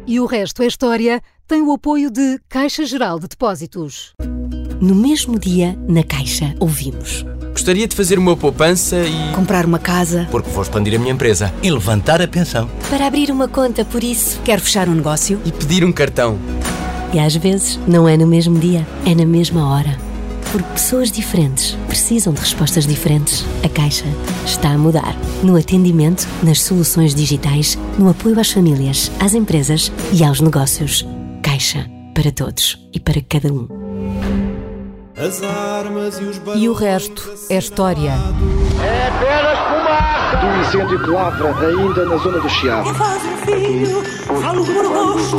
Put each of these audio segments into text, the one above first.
E o Resto é História tem o apoio de Caixa Geral de Depósitos. No mesmo dia, na Caixa, ouvimos: gostaria de fazer uma poupança e... comprar uma casa. porque vou expandir a minha empresa. E levantar a pensão. Para abrir uma conta, por isso. Quero fechar um negócio. E pedir um cartão. E às vezes, não é no mesmo dia, é na mesma hora. Porque pessoas diferentes precisam de respostas diferentes. A Caixa está a mudar. No atendimento, nas soluções digitais, no apoio às famílias, às empresas e aos negócios. Caixa, para todos e para cada um. As armas E o Resto é História. É apenas fumaça! Do incêndio que lavra ainda na zona do Chiado. Faz um filho, falo por rosto.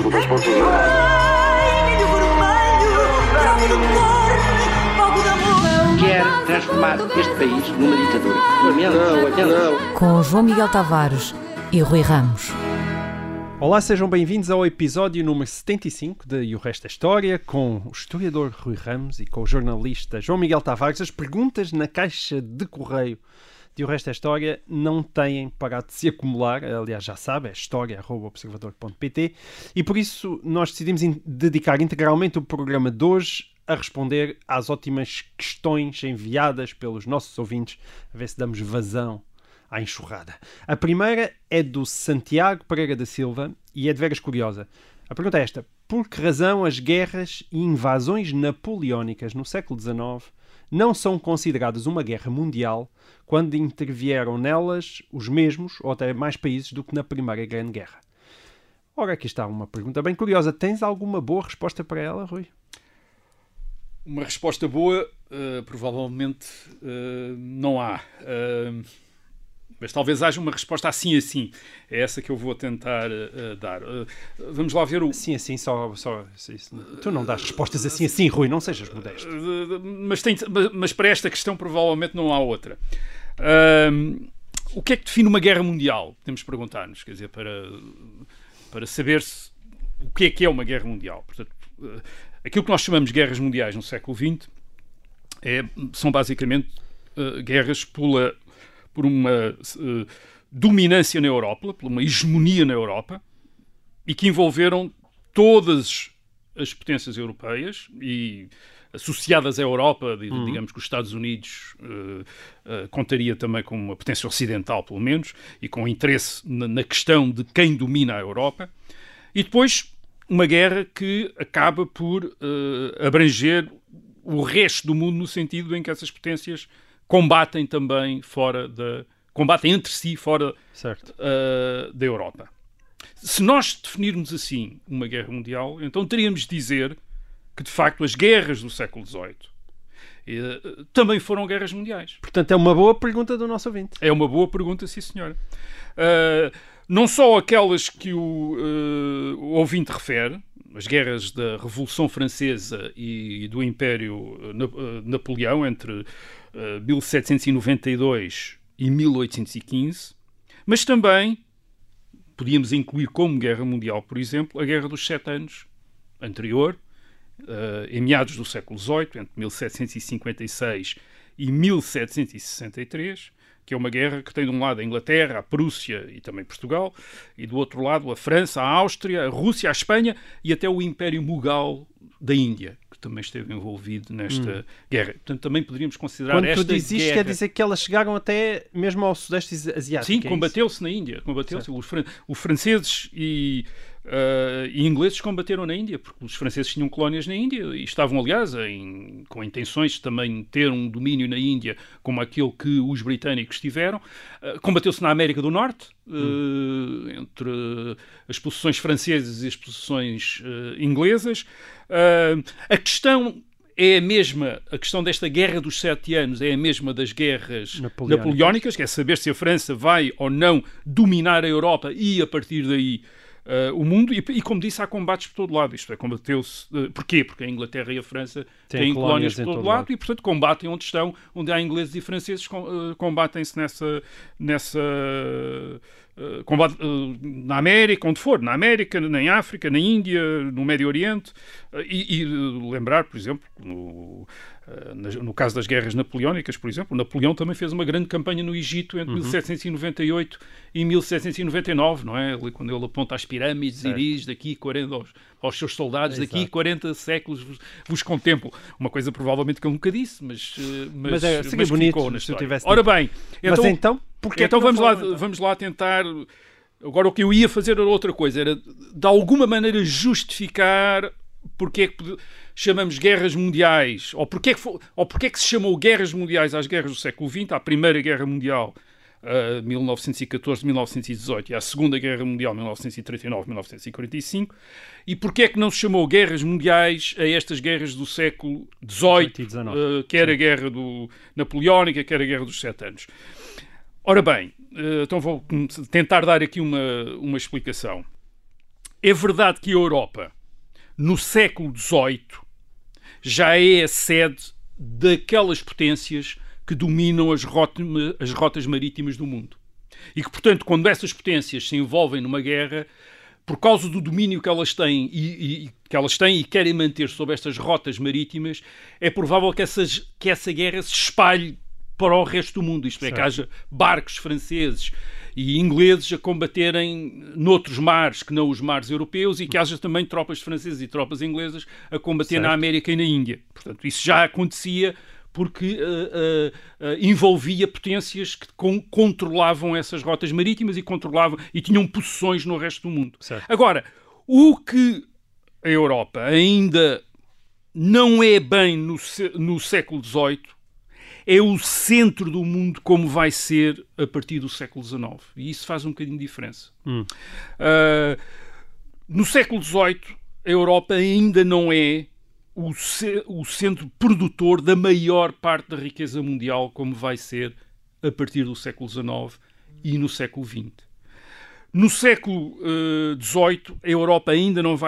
Ai, milho vermelho, bravo do cor, fogo da amor. Quer transformar este país numa ditadura. Não. Com João Miguel Tavares e Rui Ramos. Olá, sejam bem-vindos ao episódio número 75 de E o Resto é História, com o historiador Rui Ramos e com o jornalista João Miguel Tavares. As perguntas na caixa de correio de E o Resto é História não têm parado de se acumular. Aliás, já sabe, é história@observador.pt, e por isso nós decidimos dedicar integralmente o programa de hoje a responder às ótimas questões enviadas pelos nossos ouvintes, a ver se damos vazão à enxurrada. A primeira é do Santiago Pereira da Silva e é de veras curiosa. A pergunta é esta: por que razão as guerras e invasões napoleónicas no século XIX não são consideradas uma guerra mundial quando intervieram nelas os mesmos ou até mais países do que na Primeira Grande Guerra? Ora, aqui está uma pergunta bem curiosa. Tens alguma boa resposta para ela, Rui? Uma resposta boa, provavelmente não há. Mas talvez haja uma resposta assim. É essa que eu vou tentar dar. Vamos lá ver o... Assim, só isso. Tu não dás respostas assim, Rui, não sejas modesto. Mas para esta questão provavelmente não há outra. O que é que define uma guerra mundial? Podemos perguntar-nos, quer dizer, para saber o que é uma guerra mundial. Portanto, aquilo que nós chamamos de guerras mundiais no século XX são basicamente guerras por uma dominância na Europa, por uma hegemonia na Europa, e que envolveram todas as potências europeias e associadas à Europa, digamos que os Estados Unidos contaria também com uma potência ocidental, pelo menos, e com interesse na questão de quem domina a Europa. E depois uma guerra que acaba por abranger o resto do mundo, no sentido em que essas potências combatem também combatem entre si fora da Europa. Se nós definirmos assim uma guerra mundial, então teríamos de dizer que, de facto, as guerras do século XVIII também foram guerras mundiais. Portanto, é uma boa pergunta do nosso ouvinte. É uma boa pergunta, sim, senhora. Não só aquelas que o ouvinte refere, as guerras da Revolução Francesa e do Império Napoleão entre 1792 e 1815, mas também podíamos incluir como guerra mundial, por exemplo, a Guerra dos Sete Anos anterior, em meados do século XVIII, entre 1756 e 1763, que é uma guerra que tem de um lado a Inglaterra, a Prússia e também Portugal, e do outro lado a França, a Áustria, a Rússia, a Espanha e até o Império Mughal da Índia, que também esteve envolvido nesta guerra. Portanto, também poderíamos considerar esta guerra... Quando tu dizes isto, quer dizer que elas chegaram até mesmo ao Sudeste Asiático. Sim, combateu-se na Índia. Os franceses e ingleses combateram na Índia, porque os franceses tinham colónias na Índia e estavam, aliás, com intenções de também ter um domínio na Índia como aquele que os britânicos tiveram. Combateu-se na América do Norte, entre as posições francesas e as posições inglesas. A questão é a mesma, a questão desta Guerra dos 7 anos é a mesma das guerras napoleónicas, que é saber se a França vai ou não dominar a Europa e, a partir daí, o mundo. E, como disse, há combates por todo lado. Isto é, combateu-se... Porquê? Porque a Inglaterra e a França têm colónias por todo lado e, portanto, combatem onde estão, onde há ingleses e franceses, combatem-se combate na América, onde for, na América, em África, na Índia, no Médio Oriente, e lembrar, por exemplo, No caso das guerras napoleónicas, por exemplo, Napoleão também fez uma grande campanha no Egito entre 1798 e 1799, não é? Quando ele aponta às pirâmides e diz daqui 40 aos seus soldados, daqui 40 séculos vos contemplo. Uma coisa provavelmente que ele nunca disse, mas seria bonito ficou na se eu história. tivesse Ora bem, então vamos lá tentar. Agora o que eu ia fazer era outra coisa, era de alguma maneira justificar porque é que chamamos guerras mundiais, ou porque é que se chamou guerras mundiais às guerras do século XX, à Primeira Guerra Mundial, 1914-1918, e à Segunda Guerra Mundial, 1939-1945, e porque é que não se chamou guerras mundiais a estas guerras do século XVIII, quer a guerra napoleónica, quer a guerra dos 7 anos. Ora bem, então vou tentar dar aqui uma explicação. É verdade que a Europa, no século XVIII, já é a sede daquelas potências que dominam as rotas marítimas do mundo. E que, portanto, quando essas potências se envolvem numa guerra, por causa do domínio que elas têm e querem manter sobre estas rotas marítimas, é provável que essa guerra se espalhe para o resto do mundo. Isto é, que haja barcos franceses e ingleses a combaterem noutros mares que não os mares europeus e que haja também tropas francesas e tropas inglesas a combater na América e na Índia. Portanto, isso já acontecia porque envolvia potências que controlavam essas rotas marítimas e tinham possessões no resto do mundo. Certo. Agora, o que a Europa ainda não é bem no século XVIII é o centro do mundo como vai ser a partir do século XIX. E isso faz um bocadinho de diferença. No século XVIII, a Europa ainda não é o centro produtor da maior parte da riqueza mundial, como vai ser a partir do século XIX e no século XX. No século XVIII, a Europa ainda não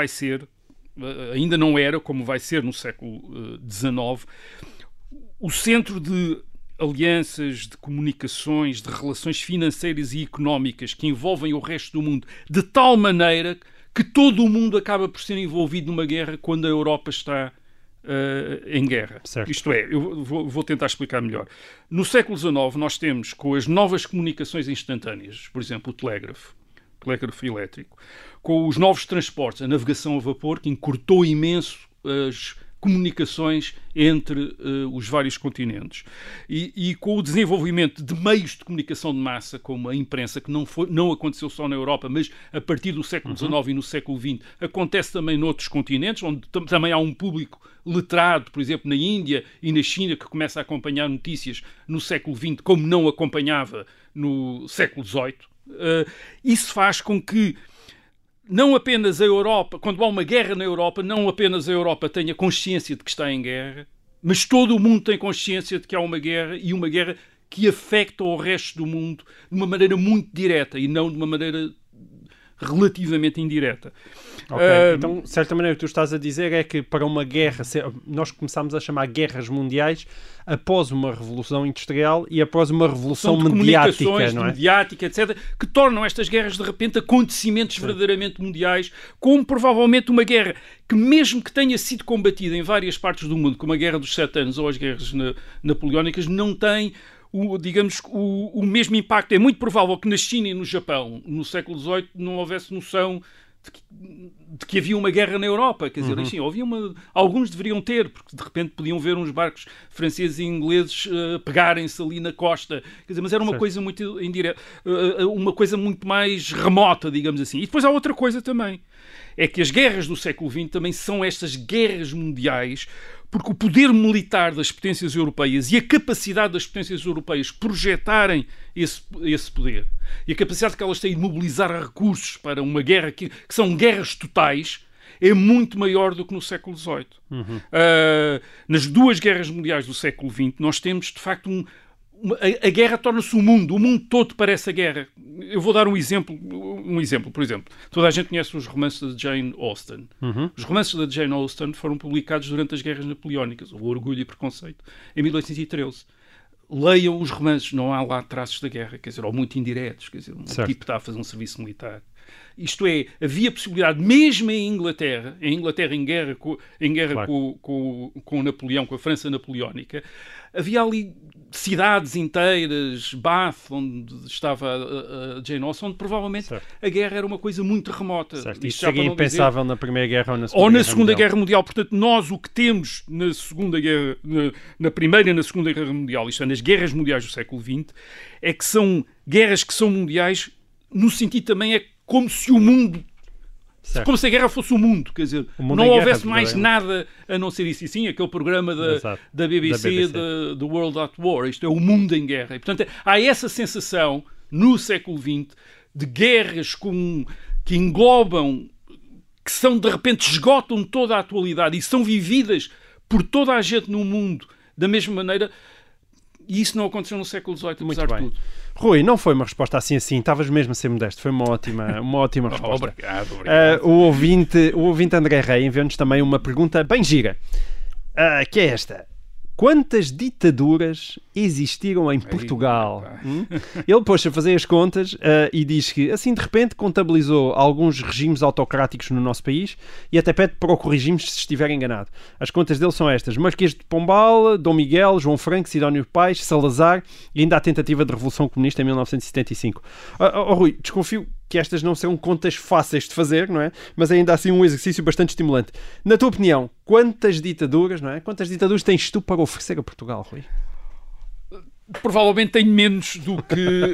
era, como vai ser no século XIX, o centro de alianças, de comunicações, de relações financeiras e económicas que envolvem o resto do mundo, de tal maneira que todo o mundo acaba por ser envolvido numa guerra quando a Europa está em guerra. Certo. Isto é, eu vou tentar explicar melhor. No século XIX nós temos, com as novas comunicações instantâneas, por exemplo, o telégrafo elétrico, com os novos transportes, a navegação a vapor, que encurtou imenso as comunicações entre os vários continentes. E com o desenvolvimento de meios de comunicação de massa, como a imprensa, que não aconteceu só na Europa, mas a partir do século XIX e no século XX, acontece também noutros continentes, onde também há um público letrado, por exemplo, na Índia e na China, que começa a acompanhar notícias no século XX, como não acompanhava no século XVIII. Isso faz com que não apenas a Europa, quando há uma guerra na Europa, não apenas a Europa tenha consciência de que está em guerra, mas todo o mundo tem consciência de que há uma guerra, e uma guerra que afeta o resto do mundo de uma maneira muito direta e não de uma maneira relativamente indireta. Ok, então, de certa maneira, o que tu estás a dizer é que para uma guerra, nós começámos a chamar guerras mundiais após uma revolução industrial e após uma revolução mediática, não é? Mediática, etc., que tornam estas guerras, de repente, acontecimentos verdadeiramente mundiais, como provavelmente uma guerra que, mesmo que tenha sido combatida em várias partes do mundo, como a Guerra dos 7 Anos ou as guerras napoleónicas, não tem o mesmo impacto. É muito provável que na China e no Japão, no século XVIII, não houvesse noção de que havia uma guerra na Europa. Quer dizer, sim, alguns deveriam ter, porque de repente podiam ver uns barcos franceses e ingleses pegarem-se ali na costa. Quer dizer, mas era uma coisa muito indireta, uma coisa muito mais remota, digamos assim. E depois há outra coisa também. É que as guerras do século XX também são estas guerras mundiais, porque o poder militar das potências europeias e a capacidade das potências europeias projetarem esse poder e a capacidade que elas têm de mobilizar recursos para uma guerra que são guerras totais é muito maior do que no século XVIII. Nas duas guerras mundiais do século XX nós temos, de facto, a guerra torna-se o mundo todo parece a guerra. Eu vou dar um exemplo, por exemplo. Toda a gente conhece os romances de Jane Austen. Os romances de Jane Austen foram publicados durante as guerras napoleónicas, o Orgulho e Preconceito, em 1813. Leiam os romances, não há lá traços da guerra, quer dizer, ou muito indiretos, quer dizer, um tipo está a fazer um serviço militar. Isto é, havia possibilidade, mesmo em Inglaterra em guerra Claro. com Napoleão, com a França napoleónica, havia ali cidades inteiras, Bath, onde estava a Jane Austen, onde provavelmente Certo. a guerra era uma coisa muito remota. Certo. Isto Isto já seria para não dizer- impensável na Primeira Guerra ou na Segunda ou na Guerra Segunda Mundial. Guerra Mundial. Portanto, nós o que temos na Segunda Guerra, na Primeira e na Segunda Guerra Mundial, isto é, nas guerras mundiais do século XX, é que são guerras que são mundiais, no sentido também é como se o mundo, Certo. como se a guerra fosse o mundo, quer dizer, O mundo não em guerra, houvesse mais verdadeiramente. nada a não ser isso. E sim, aquele programa Exato. da BBC, The World at War, isto é, o mundo em guerra. E, portanto, há essa sensação, no século XX, de guerras que englobam, que são, de repente, esgotam toda a atualidade e são vividas por toda a gente no mundo da mesma maneira, e isso não aconteceu no século XVIII, apesar de tudo. Rui, não foi uma resposta assim, estavas mesmo a ser modesto, foi uma ótima resposta. Obrigado. O ouvinte André Rey enviou-nos também uma pergunta bem gira, que é esta: quantas ditaduras existiram em Portugal? Ele pôs-se a fazer as contas e diz que, assim, de repente, contabilizou alguns regimes autocráticos no nosso país e até pede para o corrigirmos se estiver enganado. As contas dele são estas: Marquês de Pombal, Dom Miguel, João Franco, Sidónio Pais, Salazar e ainda a tentativa de Revolução Comunista em 1975. Rui, desconfio que estas não serão contas fáceis de fazer, não é? Mas ainda assim um exercício bastante estimulante. Na tua opinião, quantas ditaduras, não é? Quantas ditaduras tens tu para oferecer a Portugal, Rui? Provavelmente tenho menos do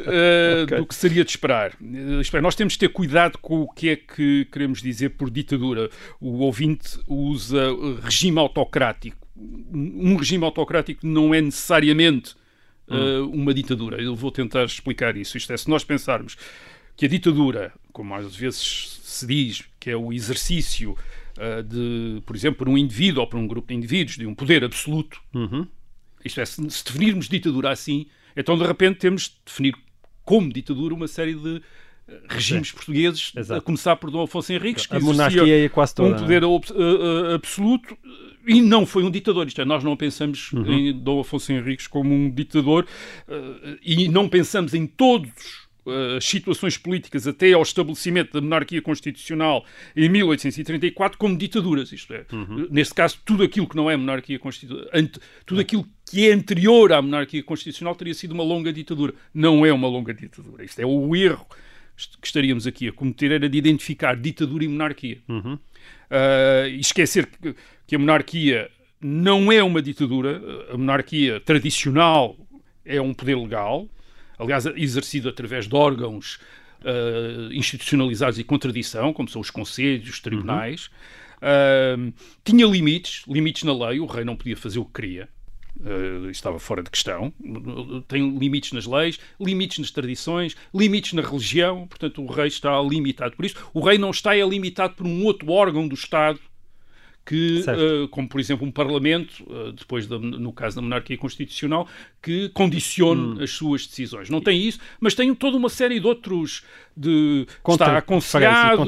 que seria de esperar. Isto é, nós temos de ter cuidado com o que é que queremos dizer por ditadura. O ouvinte usa regime autocrático. Um regime autocrático não é necessariamente uma ditadura. Eu vou tentar explicar isso. Isto é, se nós pensarmos que a ditadura, como às vezes se diz, que é o exercício por exemplo, por um indivíduo ou por um grupo de indivíduos, de um poder absoluto, isto é, se definirmos ditadura assim, então de repente temos de definir como ditadura uma série de regimes portugueses, Exato. a começar por Dom Afonso Henriques, que a monarquia é quase toda, um poder absoluto, e não foi um ditador. Isto é, nós não pensamos em Dom Afonso Henriques como um ditador, e não pensamos em todos as situações políticas até ao estabelecimento da monarquia constitucional em 1834 como ditaduras. Isto é, neste caso, tudo aquilo que não é monarquia constitucional, tudo aquilo que é anterior à monarquia constitucional teria sido uma longa ditadura. Não é uma longa ditadura. Isto é o erro que estaríamos aqui a cometer, era de identificar ditadura e monarquia. E esquecer que a monarquia não é uma ditadura. A monarquia tradicional é um poder legal, aliás, exercido através de órgãos institucionalizados e com tradição, como são os conselhos, os tribunais. Tinha limites na lei, o rei não podia fazer o que queria. Estava fora de questão. Tem limites nas leis, limites nas tradições, limites na religião, portanto o rei está limitado por isso. O rei não está limitado por um outro órgão do Estado, que, como por exemplo um parlamento, depois no caso da monarquia constitucional, que condicione as suas decisões. Não tem isso, mas tem toda uma série de outros, está aconselhado,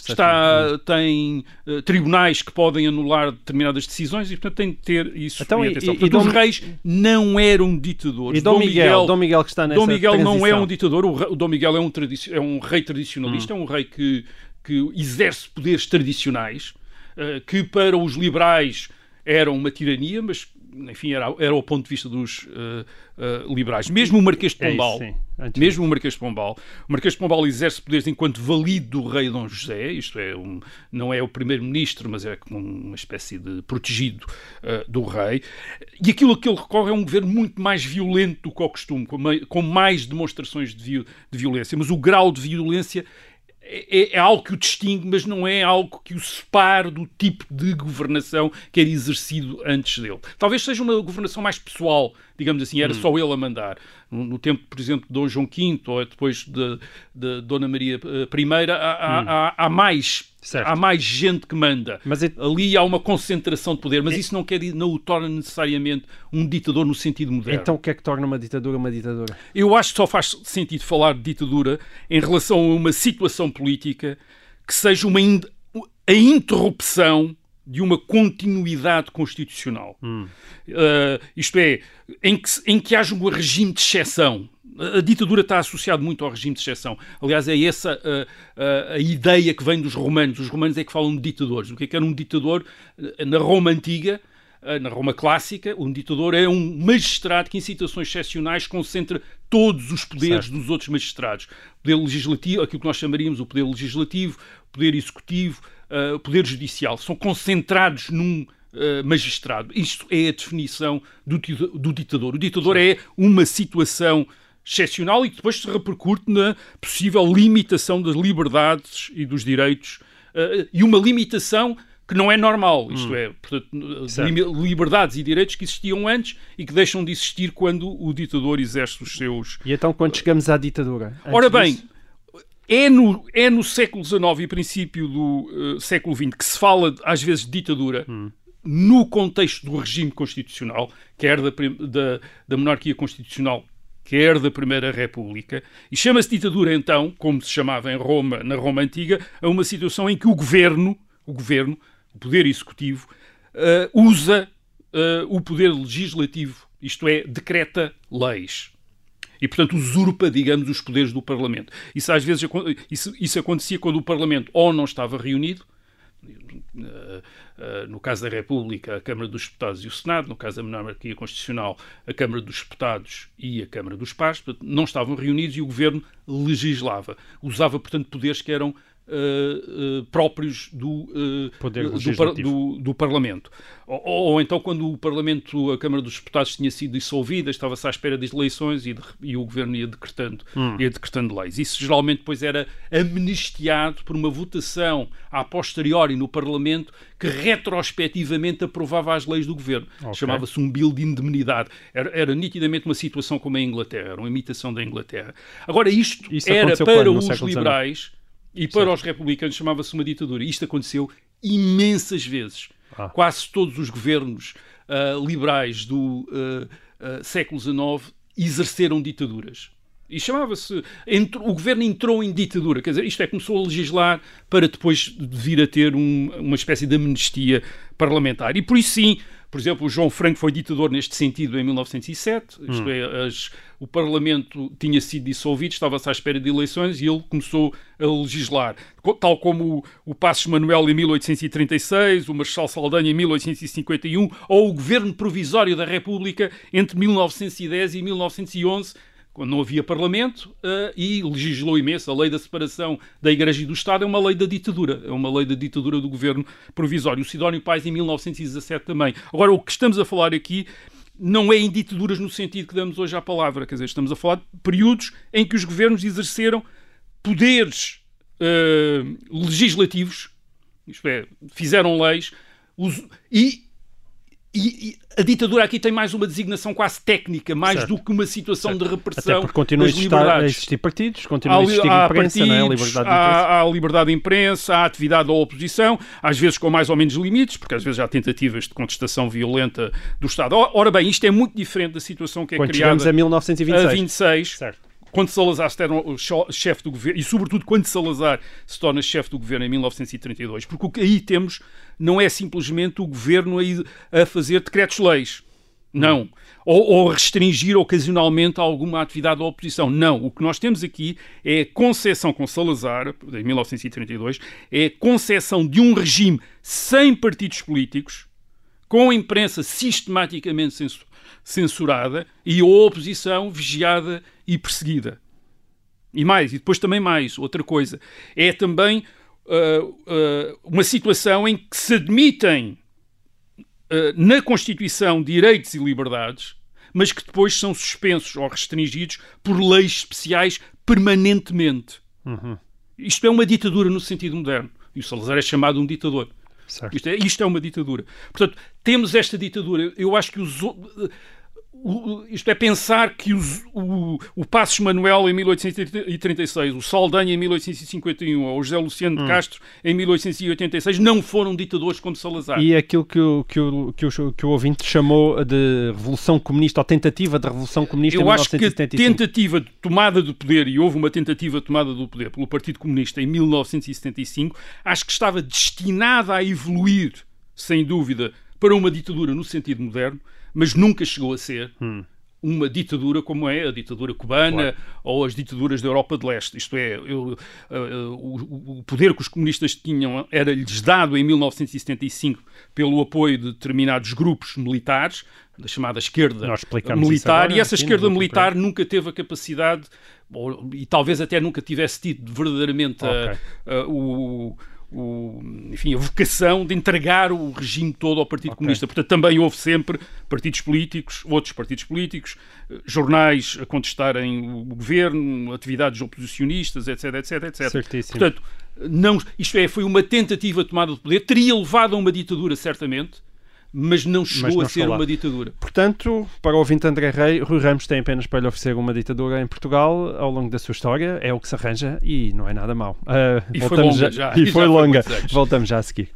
tem tribunais que podem anular determinadas decisões e portanto tem de ter isso em atenção. Portanto, os reis não eram ditadores. E Dom Miguel que está nessa Dom Miguel transição. não é um ditador, o Dom Miguel é um rei tradicionalista, é um rei que exerce poderes tradicionais, que para os liberais eram uma tirania, mas enfim, era o ponto de vista dos liberais. Mesmo o Marquês de Pombal, o Marquês de Pombal exerce poderes enquanto valido do rei Dom José, isto é, não é o primeiro-ministro, mas é como uma espécie de protegido do rei, e aquilo a que ele recorre é um governo muito mais violento do que ao costume, com mais demonstrações de violência, mas o grau de violência é algo que o distingue, mas não é algo que o separe do tipo de governação que era exercido antes dele. Talvez seja uma governação mais pessoal, digamos assim, era só ele a mandar. No tempo, por exemplo, de Dom João V, ou depois de Dona Maria I, há mais gente que manda. Mas ali há uma concentração de poder, mas isso não o torna necessariamente um ditador no sentido moderno. Então o que é que torna uma ditadura uma ditadura? Eu acho que só faz sentido falar de ditadura em relação a uma situação política que seja a interrupção de uma continuidade constitucional. Isto é, em que haja um regime de exceção. A ditadura está associada muito ao regime de exceção. Aliás, é essa a ideia que vem dos romanos. Os romanos é que falam de ditadores. O que era um ditador na Roma antiga? Na Roma clássica, um ditador é um magistrado que, em situações excepcionais, concentra todos os poderes dos outros magistrados. O poder legislativo, aquilo que nós chamaríamos o poder legislativo, o poder executivo, o poder judicial. São concentrados num magistrado. Isto é a definição do ditador. O ditador é uma situação excepcional e que depois se repercute na possível limitação das liberdades e dos direitos, e uma limitação que não é normal, isto é, portanto, liberdades e direitos que existiam antes e que deixam de existir quando o ditador exerce os seus... E então quando chegamos à ditadura? Ora bem, é no século XIX e princípio do século XX que se fala às vezes de ditadura no contexto do regime constitucional, quer da monarquia constitucional, quer da Primeira República, e chama-se ditadura então, como se chamava em Roma, na Roma Antiga, a uma situação em que o governo, o poder executivo, usa o poder legislativo, isto é, decreta leis. E, portanto, usurpa, digamos, os poderes do Parlamento. Isso às vezes isso acontecia quando o Parlamento ou não estava reunido, no caso da República, a Câmara dos Deputados e o Senado, no caso da monarquia constitucional, a Câmara dos Deputados e a Câmara dos Pares, portanto, não estavam reunidos e o governo legislava. Usava, portanto, poderes que eram próprios do Parlamento. Ou então, quando o Parlamento, a Câmara dos Deputados tinha sido dissolvida, estava-se à espera das eleições e o Governo ia decretando leis. Isso geralmente depois era amnistiado por uma votação a posteriori no Parlamento que retrospectivamente aprovava as leis do Governo. Okay. Chamava-se um bill de indemnidade. Era nitidamente uma situação como a Inglaterra, era uma imitação da Inglaterra. Agora, isto era para os liberais... E para os republicanos chamava-se uma ditadura. Isto aconteceu imensas vezes. Quase todos os governos liberais do século XIX exerceram ditaduras. E chamava-se... O governo entrou em ditadura. Quer dizer, isto é, começou a legislar para depois vir a ter uma espécie de amnistia parlamentar. E por isso sim, por exemplo, o João Franco foi ditador neste sentido em 1907. Isto é, o Parlamento tinha sido dissolvido, estava-se à espera de eleições e ele começou a legislar. Tal como o Passos Manuel em 1836, o Marechal Saldanha em 1851, ou o Governo Provisório da República entre 1910 e 1911, quando não havia Parlamento, e legislou imenso. A lei da separação da Igreja e do Estado é uma lei da ditadura. É uma lei da ditadura do Governo Provisório. O Sidónio Pais em 1917 também. Agora, o que estamos a falar aqui não é em ditaduras no sentido que damos hoje à palavra. Quer dizer, estamos a falar de períodos em que os governos exerceram poderes legislativos, isto é, fizeram leis, e a ditadura aqui tem mais uma designação quase técnica, mais do que uma situação de repressão. Até porque continuam a existir partidos, continuam a existir imprensa, não é? A liberdade de imprensa. Há liberdade de imprensa, há atividade da oposição, às vezes com mais ou menos limites, porque às vezes há tentativas de contestação violenta do Estado. Ora bem, isto é muito diferente da situação que é criada... Quando chegamos a 1926. A 26, certo. Quando Salazar se torna chefe do governo, e sobretudo quando Salazar se torna chefe do governo em 1932, porque o que aí temos não é simplesmente o governo a fazer decretos-leis, não, ou restringir ocasionalmente alguma atividade da oposição, não. O que nós temos aqui é a concessão com Salazar, em 1932, é a concessão de um regime sem partidos políticos, com a imprensa sistematicamente censurada e a oposição vigiada e perseguida. E depois também mais, outra coisa, é também uma situação em que se admitem na Constituição direitos e liberdades, mas que depois são suspensos ou restringidos por leis especiais permanentemente. Isto é uma ditadura no sentido moderno. E o Salazar é chamado um ditador. Isto é uma ditadura. Portanto, temos esta ditadura. Eu acho que isto é pensar que o Passos Manuel em 1836, o Saldanha em 1851 ou o José Luciano de Castro em 1886 não foram ditadores como Salazar. E aquilo que o ouvinte chamou de revolução comunista ou tentativa de revolução comunista em 1975. Eu acho que a tentativa de tomada do poder, e houve uma tentativa de tomada do poder pelo Partido Comunista em 1975, acho que estava destinada a evoluir, sem dúvida, para uma ditadura no sentido moderno, mas nunca chegou a ser. uma ditadura como é a ditadura cubana ou as ditaduras da Europa de Leste. Isto é, o poder que os comunistas tinham era-lhes dado em 1975 pelo apoio de determinados grupos militares, da chamada esquerda militar, agora, e essa esquerda militar nunca teve a capacidade, e talvez até nunca tivesse tido verdadeiramente a vocação de entregar o regime todo ao Partido Comunista. Portanto, também houve sempre partidos políticos, outros partidos políticos, jornais a contestarem o governo, atividades oposicionistas, etc, etc, etc. Certíssimo. Portanto, foi uma tentativa de tomada de poder, teria levado a uma ditadura, certamente, mas não chegou a ser uma ditadura. Portanto, para o ouvinte André Rui Ramos tem apenas para lhe oferecer uma ditadura em Portugal ao longo da sua história, é o que se arranja e não é nada mau. E foi longa já. E foi longa. Voltamos já a seguir.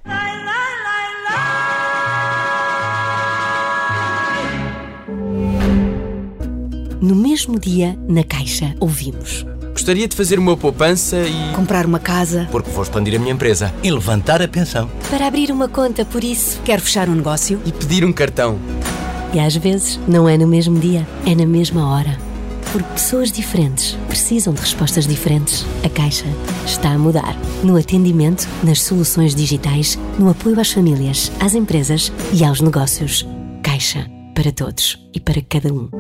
No mesmo dia, na Caixa, ouvimos: Gostaria de fazer uma poupança e... comprar uma casa. Porque vou expandir a minha empresa. E levantar a pensão. Para abrir uma conta, por isso. Quero fechar um negócio. E pedir um cartão. E às vezes, não é no mesmo dia, é na mesma hora. Porque pessoas diferentes precisam de respostas diferentes. A Caixa está a mudar. No atendimento, nas soluções digitais, no apoio às famílias, às empresas e aos negócios. Caixa, para todos e para cada um.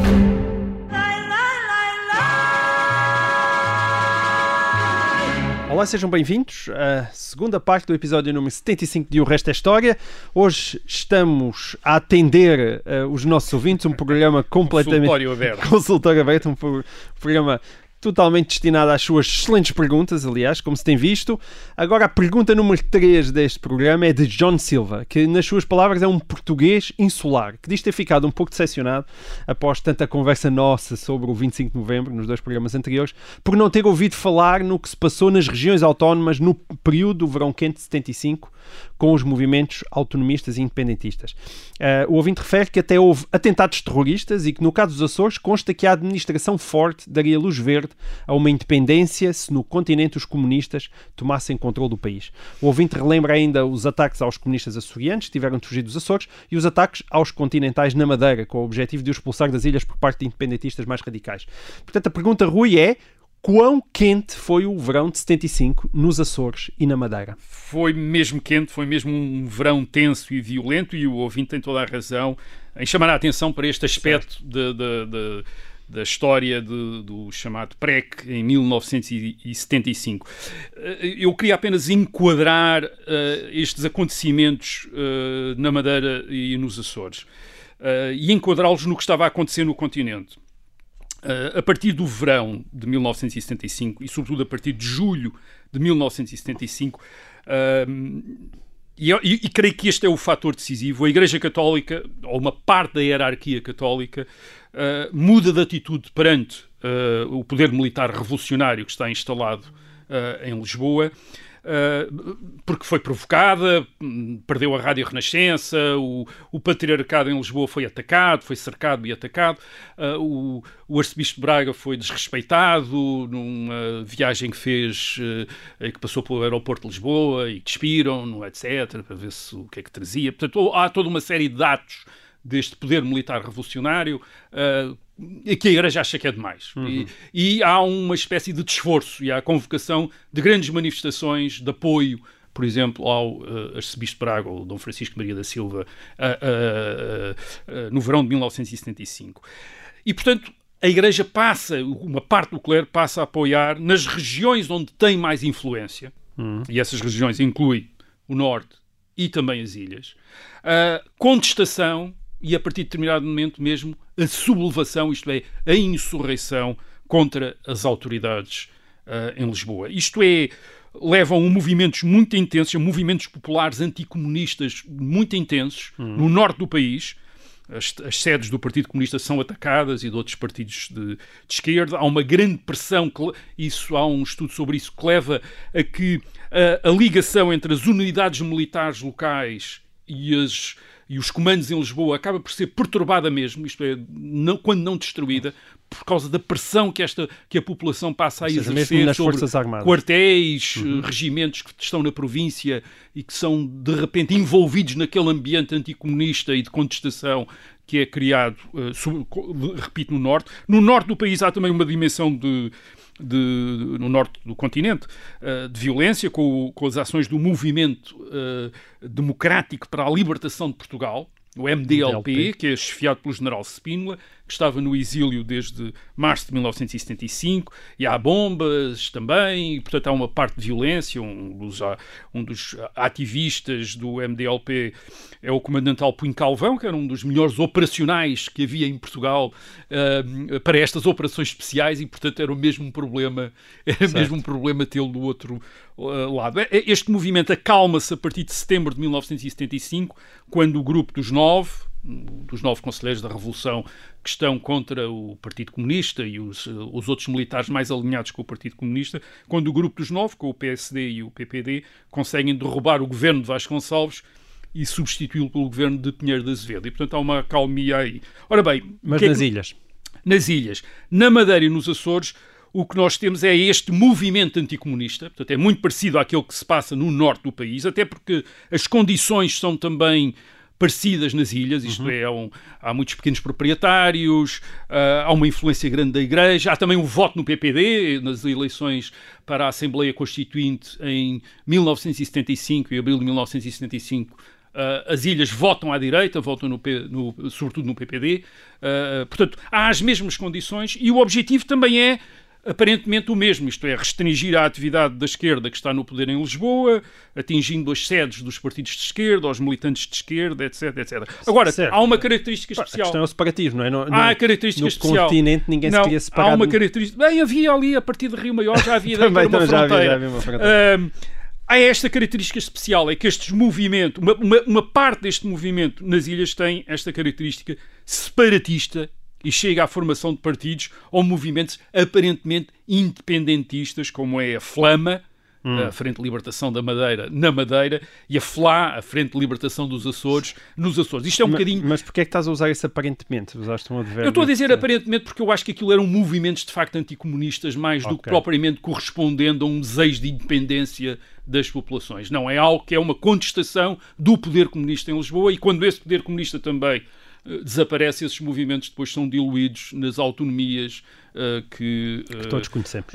Olá, sejam bem-vindos à segunda parte do episódio número 75 de O Resto é História. Hoje estamos a atender os nossos ouvintes, um programa completamente... Consultório aberto, um programa totalmente destinado às suas excelentes perguntas, aliás, como se tem visto. Agora, a pergunta número 3 deste programa é de John Silva, que, nas suas palavras, é um português insular, que diz ter ficado um pouco decepcionado após tanta conversa nossa sobre o 25 de novembro, nos dois programas anteriores, por não ter ouvido falar no que se passou nas regiões autónomas no período do verão quente de 75, com os movimentos autonomistas e independentistas. O ouvinte refere que até houve atentados terroristas e que, no caso dos Açores, consta que a administração forte daria luz verde a uma independência se no continente os comunistas tomassem controle do país. O ouvinte relembra ainda os ataques aos comunistas açorianos que tiveram de fugir dos Açores e os ataques aos continentais na Madeira, com o objetivo de os expulsar das ilhas por parte de independentistas mais radicais. Portanto, a pergunta, Rui, é: quão quente foi o verão de 75 nos Açores e na Madeira? Foi mesmo quente, foi mesmo um verão tenso e violento, e o ouvinte tem toda a razão em chamar a atenção para este aspecto da história do chamado PREC em 1975. Eu queria apenas enquadrar estes acontecimentos na Madeira e nos Açores e enquadrá-los no que estava a acontecer no continente. A partir do verão de 1975 e sobretudo a partir de julho de 1975, e creio que este é o fator decisivo, a Igreja Católica, ou uma parte da hierarquia católica, muda de atitude perante o poder militar revolucionário que está instalado em Lisboa, porque foi provocada, perdeu a Rádio Renascença, o patriarcado em Lisboa foi atacado, foi cercado e atacado, o arcebispo de Braga foi desrespeitado numa viagem que fez, que passou pelo aeroporto de Lisboa e despiram-no, etc, para ver o que é que trazia. Portanto, há toda uma série de atos deste poder militar revolucionário que a Igreja acha que é demais. E há uma espécie de desforço e há a convocação de grandes manifestações de apoio, por exemplo, ao arcebispo de Braga, o Dom Francisco Maria da Silva, no verão de 1975. E, portanto, a Igreja uma parte do clero passa a apoiar nas regiões onde tem mais influência, e essas regiões incluem o Norte e também as ilhas, a contestação e, a partir de determinado momento mesmo, a sublevação, isto é, a insurreição contra as autoridades em Lisboa. Isto é, levam a movimentos muito intensos, a movimentos populares anticomunistas muito intensos no norte do país. As sedes do Partido Comunista são atacadas e de outros partidos de esquerda. Há uma grande pressão, há um estudo sobre isso, que leva a que a ligação entre as unidades militares locais e os comandos em Lisboa acaba por ser perturbada mesmo, isto é, quando não destruída, por causa da pressão que a população passa a exercer mesmo nas sobre Forças Armadas. Quartéis, regimentos que estão na província e que são, de repente, envolvidos naquele ambiente anticomunista e de contestação que é criado, repito, no Norte. No Norte do país há também uma dimensão no Norte do continente, de violência, com as ações do movimento democrático para a libertação de Portugal, o MDLP, que é chefiado pelo general Spínola, que estava no exílio desde março de 1975, e há bombas também, e, portanto há uma parte de violência. Um dos ativistas do MDLP é o comandante Alpuim Calvão, que era um dos melhores operacionais que havia em Portugal para estas operações especiais, e portanto era o mesmo problema, tê-lo do outro lado. Este movimento acalma-se a partir de setembro de 1975, quando o grupo dos nove conselheiros da Revolução que estão contra o Partido Comunista e os outros militares mais alinhados com o Partido Comunista, quando o grupo dos nove, com o PSD e o PPD, conseguem derrubar o governo de Vasconcelos e substituí-lo pelo governo de Pinheiro de Azevedo. E, portanto, há uma acalmia aí. Ora bem... Mas nas ilhas? Nas ilhas. Na Madeira e nos Açores, o que nós temos é este movimento anticomunista. Portanto, é muito parecido àquele que se passa no norte do país, até porque as condições são também parecidas nas ilhas, isto é, há muitos pequenos proprietários, há uma influência grande da Igreja, há também um voto no PPD, nas eleições para a Assembleia Constituinte em 1975 e abril de 1975, as ilhas votam à direita, votam sobretudo no PPD, portanto, há as mesmas condições e o objetivo também é aparentemente o mesmo, isto é, restringir a atividade da esquerda que está no poder em Lisboa, atingindo as sedes dos partidos de esquerda, aos militantes de esquerda, etc, etc. Agora, certo, há uma característica especial. A questão é o separatismo, não é? Há a característica especial. No continente ninguém se queria separar. Há uma característica... Bem, havia ali, a partir de Rio Maior, já havia também, uma fronteira. Já havia uma fronteira. Há esta característica especial, é que estes movimentos, uma parte deste movimento nas ilhas tem esta característica separatista e chega à formação de partidos ou movimentos aparentemente independentistas, como é a Flama, a Frente de Libertação da Madeira, na Madeira, e a FLA, a Frente de Libertação dos Açores, nos Açores. Isto é um bocadinho... Mas porquê é que estás a usar esse aparentemente? Usaste um advérbio. Eu estou a dizer aparentemente porque eu acho que aquilo eram movimentos de facto anticomunistas mais do que propriamente correspondendo a um desejo de independência das populações. Não, é algo que é uma contestação do poder comunista em Lisboa, e quando esse poder comunista também desaparece, esses movimentos depois são diluídos nas autonomias que todos conhecemos,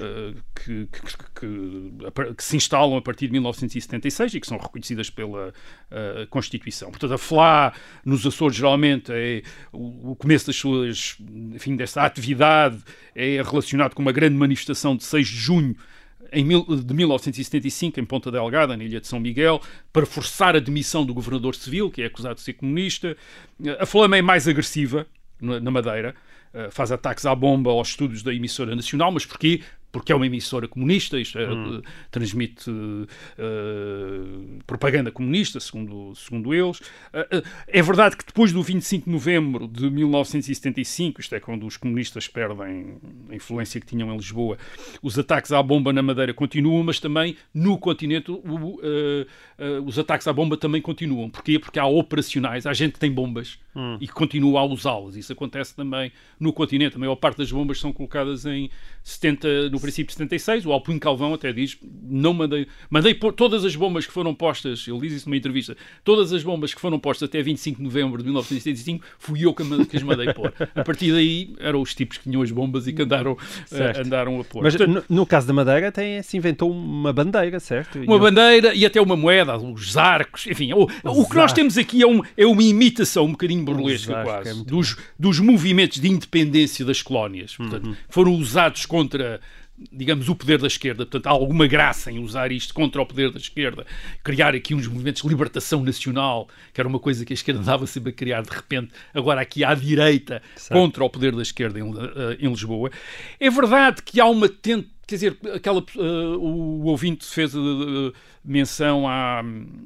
que se instalam a partir de 1976 e que são reconhecidas pela Constituição. Portanto, a FLA nos Açores geralmente é o começo das suas, enfim, dessa atividade é relacionado com uma grande manifestação de 6 de junho de 1975, em Ponta Delgada, na Ilha de São Miguel, para forçar a demissão do governador civil, que é acusado de ser comunista. A Flama é mais agressiva na Madeira, faz ataques à bomba aos estúdios da emissora nacional, mas porquê? Porque é uma emissora comunista, isto é, transmite propaganda comunista, segundo eles. É verdade que depois do 25 de novembro de 1975, isto é quando os comunistas perdem a influência que tinham em Lisboa, os ataques à bomba na Madeira continuam, mas também no continente os ataques à bomba também continuam. Porquê? Porque há operacionais, há gente que tem bombas e que continua a usá-las. Isso acontece também no continente. A maior parte das bombas são colocadas no princípio de 76, o Alpuim Calvão até diz, não mandei pôr todas as bombas que foram postas, ele diz isso numa entrevista, todas as bombas que foram postas até 25 de novembro de 1975, fui eu que as mandei pôr. A partir daí eram os tipos que tinham as bombas e que andaram a pôr. Mas portanto, no caso da Madeira se inventou uma bandeira, certo? Uma bandeira e até uma moeda, os arcos, enfim, o que nós temos aqui é uma imitação um bocadinho burlesca quase, dos movimentos de independência das colónias. Portanto, foram usados contra, digamos, o poder da esquerda. Portanto, há alguma graça em usar isto contra o poder da esquerda, criar aqui uns movimentos de libertação nacional, que era uma coisa que a esquerda dava sempre a criar de repente, agora aqui à direita, contra o poder da esquerda em Lisboa. É verdade que há uma quer dizer, o ouvinte fez menção à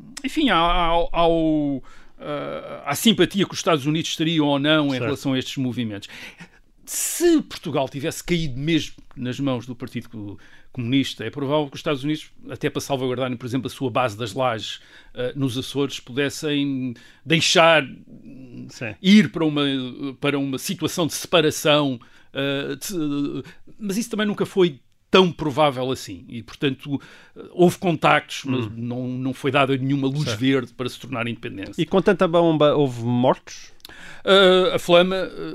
simpatia que os Estados Unidos teriam ou não em relação a estes movimentos. Se Portugal tivesse caído mesmo nas mãos do Partido Comunista, é provável que os Estados Unidos, até para salvaguardarem, por exemplo, a sua base das Lajes nos Açores, pudessem deixar ir para uma situação de separação mas isso também nunca foi tão provável assim. E, portanto, houve contactos, mas não foi dada nenhuma luz verde para se tornar independência. E com tanta bomba houve mortos? A Flama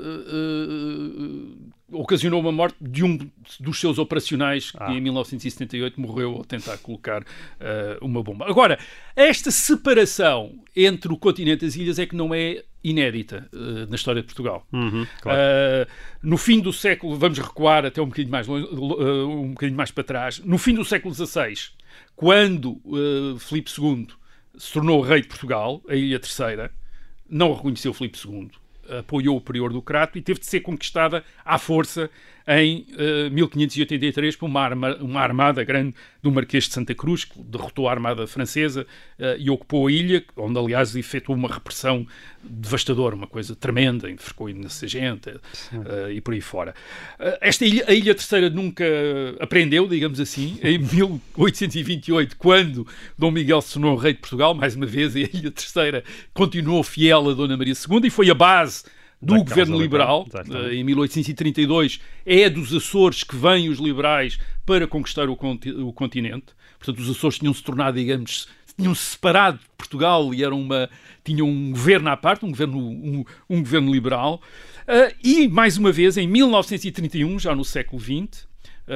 ocasionou uma morte de um dos seus operacionais que em 1978 morreu ao tentar colocar uma bomba. Agora, esta separação entre o continente e as ilhas é que não é inédita na história de Portugal. Claro. No fim do século, vamos recuar até um bocadinho mais longe, um bocadinho mais para trás, no fim do século XVI, quando Filipe II se tornou rei de Portugal, a Ilha Terceira não reconheceu Filipe II, apoiou o prior do Crato e teve de ser conquistada à força em 1583 por uma armada grande do Marquês de Santa Cruz, que derrotou a armada francesa e ocupou a ilha, onde aliás efetuou uma repressão devastadora, uma coisa tremenda, enforcou imensa gente e por aí fora. A Ilha Terceira nunca aprendeu, digamos assim. Em 1828, quando Dom Miguel se tornou rei de Portugal, mais uma vez a Ilha Terceira continuou fiel a Dona Maria II e foi a base do governo liberal. Em 1832 é dos Açores que vêm os liberais para conquistar o continente. Portanto, os Açores tinham-se tornado, digamos, tinham-se separado de Portugal e tinham um governo à parte, um governo liberal. E, mais uma vez, em 1931, já no século XX,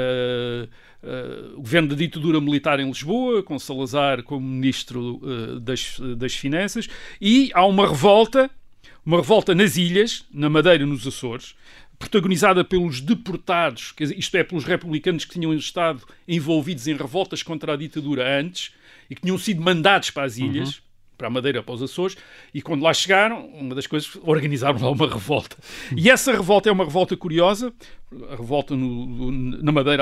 o governo da ditadura militar em Lisboa, com Salazar como ministro das Finanças, e há uma revolta nas ilhas, na Madeira e nos Açores, protagonizada pelos deportados, isto é, pelos republicanos que tinham estado envolvidos em revoltas contra a ditadura antes e que tinham sido mandados para as ilhas, para a Madeira, para os Açores, e quando lá chegaram, uma das coisas, organizaram lá uma revolta. E essa revolta é uma revolta curiosa. A revolta na Madeira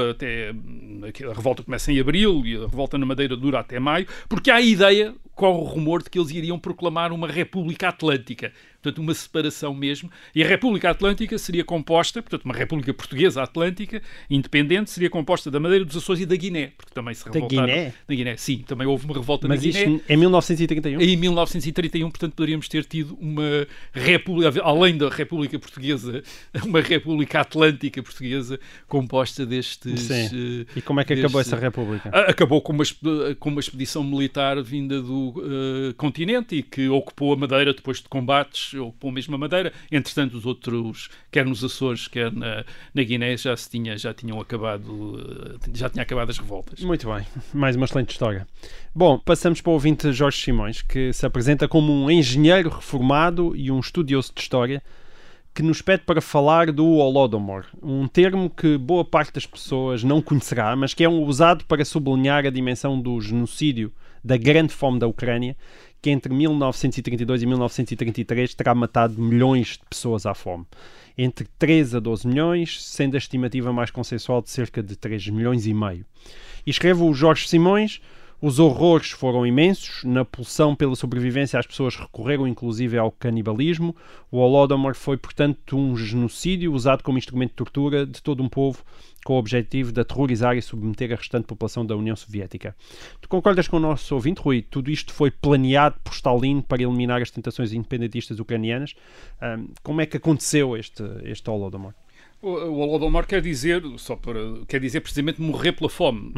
a revolta começa em abril e a revolta na Madeira dura até maio, porque há a ideia, corre o rumor de que eles iriam proclamar uma República Atlântica, portanto uma separação mesmo, e a República Atlântica seria composta, portanto uma República Portuguesa Atlântica, independente, seria composta da Madeira, dos Açores e da Guiné, porque também se revoltaram. Da Guiné? Sim, também houve uma revolta na Guiné. Mas isto em 1931? Em 1931, portanto poderíamos ter tido uma República, além da República Portuguesa, uma República Atlântica Portuguesa composta destes... Sim. E como é que acabou essa República? Acabou com uma expedição militar vinda do continente e que ocupou a Madeira depois de combates, ocupou mesmo a Madeira. Entretanto, os outros, quer nos Açores, quer na Guiné, já tinham acabado as revoltas. Muito bem, mais uma excelente história. Bom, passamos para o ouvinte Jorge Simões, que se apresenta como um engenheiro reformado e um estudioso de história, que nos pede para falar do Holodomor, um termo que boa parte das pessoas não conhecerá, mas que é usado para sublinhar a dimensão do genocídio da grande fome da Ucrânia, que entre 1932 e 1933 terá matado milhões de pessoas à fome. Entre 13 a 12 milhões, sendo a estimativa mais consensual de cerca de 3 milhões e meio. E escreve o Jorge Simões: os horrores foram imensos, na pulsão pela sobrevivência as pessoas recorreram inclusive ao canibalismo. O Holodomor foi, portanto, um genocídio usado como instrumento de tortura de todo um povo, com o objetivo de aterrorizar e submeter a restante população da União Soviética. Tu concordas com o nosso ouvinte, Rui? Tudo isto foi planeado por Stalin para eliminar as tentações independentistas ucranianas. Como é que aconteceu este Holodomor? O Holodomor quer dizer precisamente morrer pela fome,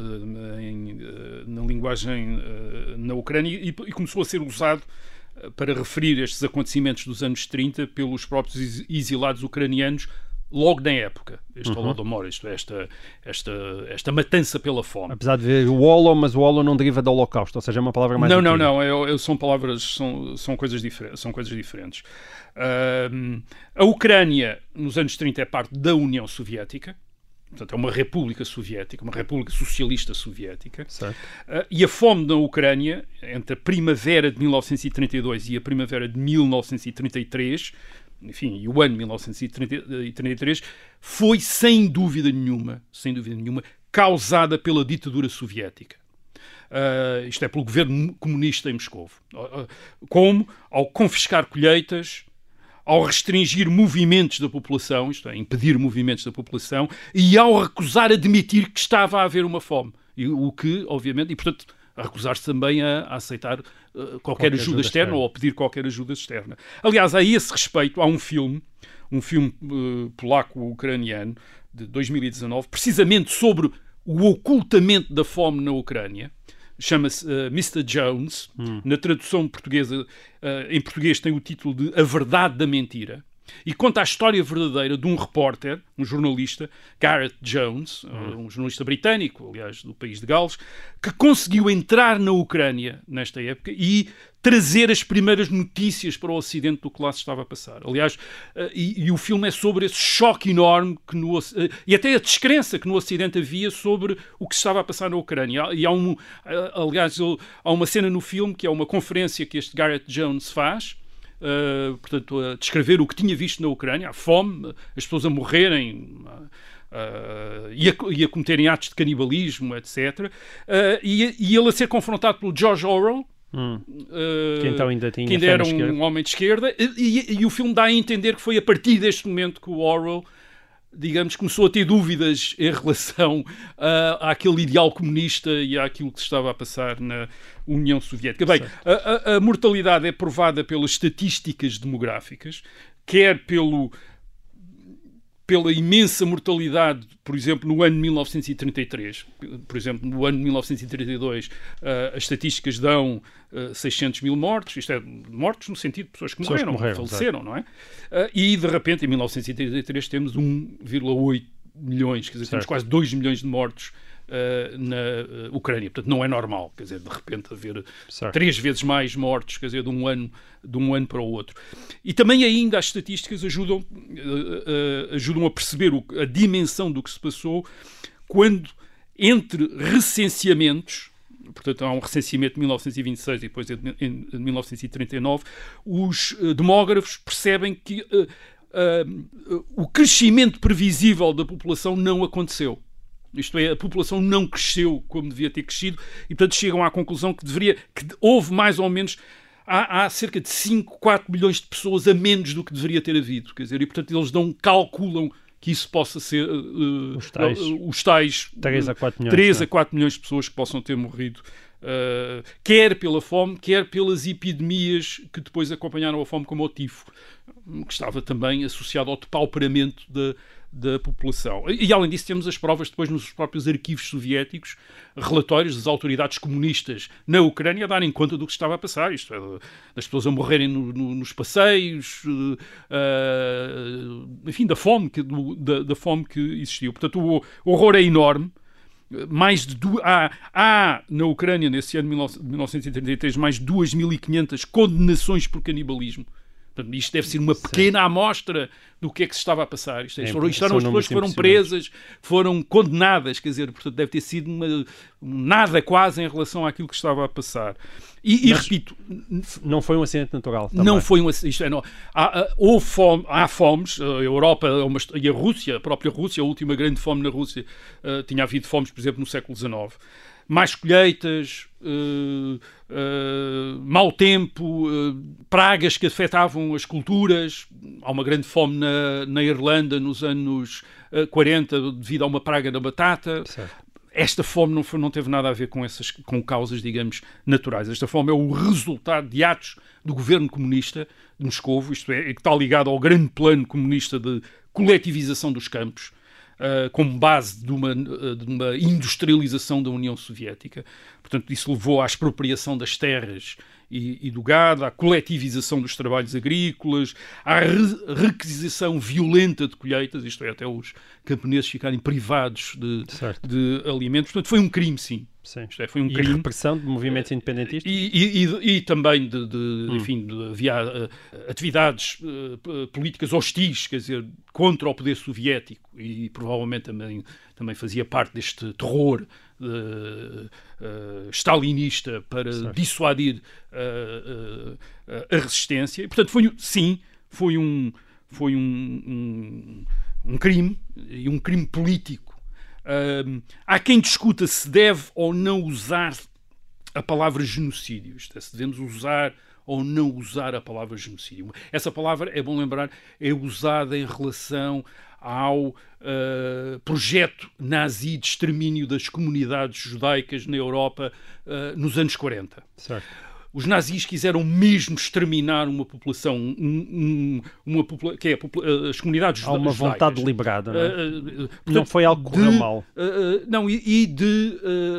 na linguagem na Ucrânia, e começou a ser usado para referir estes acontecimentos dos anos 30 pelos próprios exilados ucranianos logo na época, este Holodomor, isto é, esta matança pela fome. Apesar de ver o holo, mas o holo não deriva do Holocausto, ou seja, é uma palavra mais... Não, são palavras, são coisas diferentes. A Ucrânia, nos anos 30, é parte da União Soviética, portanto é uma república soviética, uma república socialista soviética. Certo. E a fome na Ucrânia, entre a primavera de 1932 e a primavera de 1933, enfim, e o ano 1933, foi sem dúvida nenhuma, causada pela ditadura soviética. Isto é, pelo governo comunista em Moscovo. Como, ao confiscar colheitas, ao restringir movimentos da população, isto é, impedir movimentos da população, e ao recusar admitir que estava a haver uma fome. O que, obviamente, e portanto, a recusar-se também a aceitar qualquer ajuda externa ou a pedir qualquer ajuda externa. Aliás, a esse respeito, há um filme polaco-ucraniano de 2019, precisamente sobre o ocultamento da fome na Ucrânia. Chama-se Mr. Jones. Na tradução portuguesa, em português tem o título de A Verdade da Mentira. E conta a história verdadeira de um repórter, um jornalista, Gareth Jones, um jornalista britânico, aliás, do país de Gales, que conseguiu entrar na Ucrânia nesta época e trazer as primeiras notícias para o Ocidente do que lá se estava a passar. Aliás, e o filme é sobre esse choque enorme e até a descrença que no Ocidente havia sobre o que se estava a passar na Ucrânia. E aliás, há uma cena no filme que é uma conferência que este Gareth Jones faz, portanto, a descrever o que tinha visto na Ucrânia, a fome, as pessoas a morrerem e a cometerem atos de canibalismo, etc. E ele a ser confrontado pelo George Orwell, que então ainda era um homem de esquerda, e o filme dá a entender que foi a partir deste momento que o Orwell, digamos, começou a ter dúvidas em relação àquele ideal comunista e àquilo que se estava a passar na União Soviética. Bem, a mortalidade é provada pelas estatísticas demográficas, quer pela imensa mortalidade, por exemplo, no ano de 1933. Por exemplo, no ano de 1932, as estatísticas dão 600 mil mortos, isto é, mortos no sentido de pessoas que morreram, faleceram, não é? E, de repente, em 1933 temos 1,8 milhões, quer dizer, temos quase 2 milhões de mortos na Ucrânia. Portanto, não é normal, quer dizer, de repente haver 3 vezes mais mortos, quer dizer, de um ano para o outro. E também ainda as estatísticas ajudam a perceber a dimensão do que se passou quando, entre recenseamentos, portanto há um recenseamento de 1926 e depois de 1939, os demógrafos percebem que o crescimento previsível da população não aconteceu. Isto é, a população não cresceu como devia ter crescido e, portanto, chegam à conclusão que houve mais ou menos, há cerca de 5, 4 milhões de pessoas a menos do que deveria ter havido. Quer dizer, e, portanto, eles calculam que isso possa ser os tais 3 a 4 milhões, 3 a 4 milhões de pessoas que possam ter morrido, quer pela fome, quer pelas epidemias que depois acompanharam a fome, como o tifo, que estava também associado ao depauperamento da população. E, além disso, temos as provas depois nos próprios arquivos soviéticos, relatórios das autoridades comunistas na Ucrânia a darem conta do que estava a passar, isto é, das pessoas a morrerem nos passeios, enfim, da fome que existiu. Portanto, o horror é enorme. Há na Ucrânia, nesse ano de 1933, mais de 2.500 condenações por canibalismo. Portanto, isto deve ser uma pequena amostra do que é que se estava a passar. Isto eram as pessoas que foram presas, foram condenadas, quer dizer, portanto, deve ter sido nada quase em relação àquilo que estava a passar. Mas repito, não foi um acidente natural também. Não foi um acidente. Há fomes, a Europa e a Rússia, a própria Rússia, a última grande fome na Rússia, tinha havido fomes, por exemplo, no século XIX. Mais colheitas, mau tempo, pragas que afetavam as culturas. Há uma grande fome na Irlanda nos anos 40 devido a uma praga da batata. Certo. Esta fome não teve nada a ver com causas, digamos, naturais. Esta fome é o resultado de atos do governo comunista de Moscovo, isto é, que está ligado ao grande plano comunista de coletivização dos campos, como base de uma industrialização da União Soviética. Portanto, isso levou à expropriação das terras e do gado, à coletivização dos trabalhos agrícolas, à requisição violenta de colheitas, isto é, até os camponeses ficarem privados de alimentos. Portanto, foi um crime, sim. Isto é, foi um crime. E repressão de movimentos independentistas? E também enfim, havia atividades políticas hostis, quer dizer, contra o poder soviético, e provavelmente também fazia parte deste terror stalinista para dissuadir a resistência. E, portanto, foi um crime, e um crime político. Há quem discuta se deve ou não usar a palavra genocídio. Isto é, se devemos usar ou não usar a palavra genocídio. Essa palavra, é bom lembrar, é usada em relação ao projeto nazi de extermínio das comunidades judaicas na Europa nos anos 40. Certo. Os nazis quiseram mesmo exterminar uma população, que é as comunidades judaicas. Há uma vontade deliberada, não é? Não foi algo que correu mal. Não, e de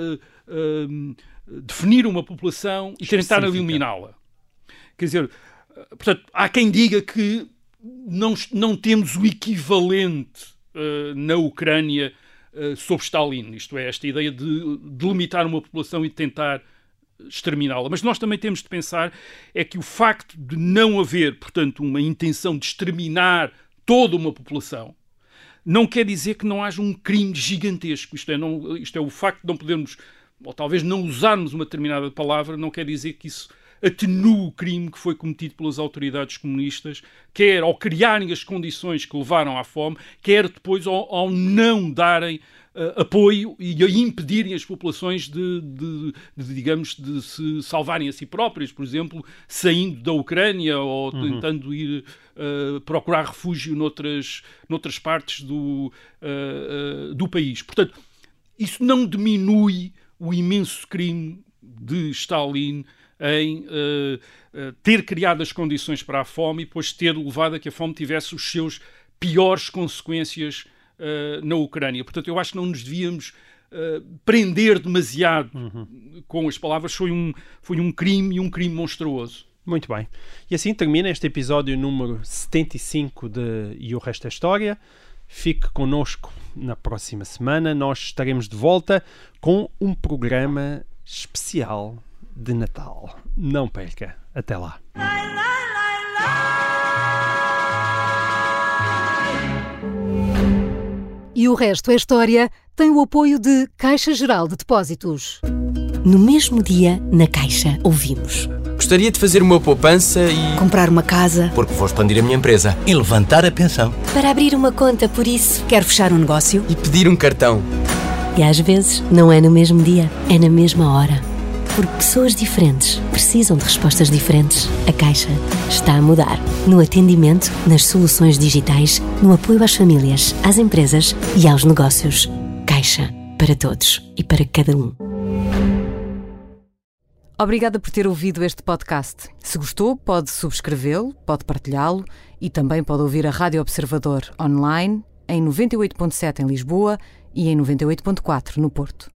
definir uma população e tentar eliminá-la. Quer dizer, portanto, há quem diga que não temos o equivalente na Ucrânia sob Stalin, isto é, esta ideia de delimitar uma população e de tentar exterminá-la. Mas nós também temos de pensar é que o facto de não haver, portanto, uma intenção de exterminar toda uma população não quer dizer que não haja um crime gigantesco. Isto é o facto de não podermos, ou talvez não usarmos uma determinada palavra, não quer dizer que isso atenua o crime que foi cometido pelas autoridades comunistas, quer ao criarem as condições que levaram à fome, quer depois ao não darem apoio e a impedirem as populações de se salvarem a si próprias, por exemplo, saindo da Ucrânia ou tentando ir procurar refúgio noutras partes do país. Portanto, isso não diminui o imenso crime de Stalin em ter criado as condições para a fome e depois ter levado a que a fome tivesse os seus piores consequências na Ucrânia. Portanto, eu acho que não nos devíamos prender demasiado com as palavras. Foi um crime, e um crime monstruoso. Muito bem. E assim termina este episódio número 75 de E o Resto é História. Fique connosco na próxima semana. Nós estaremos de volta com um programa especial de Natal. Não perca. Até lá. E o Resto é História tem o apoio de Caixa Geral de Depósitos. No mesmo dia, na Caixa, ouvimos: Gostaria de fazer uma poupança e... comprar uma casa. Porque vou expandir a minha empresa. E levantar a pensão. Para abrir uma conta, por isso. Quero fechar um negócio. E pedir um cartão. E às vezes, não é no mesmo dia, é na mesma hora. Porque pessoas diferentes precisam de respostas diferentes. A Caixa está a mudar. No atendimento, nas soluções digitais, no apoio às famílias, às empresas e aos negócios. Caixa, para todos e para cada um. Obrigada por ter ouvido este podcast. Se gostou, pode subscrevê-lo, pode partilhá-lo e também pode ouvir a Rádio Observador online em 98.7 em Lisboa e em 98.4 no Porto.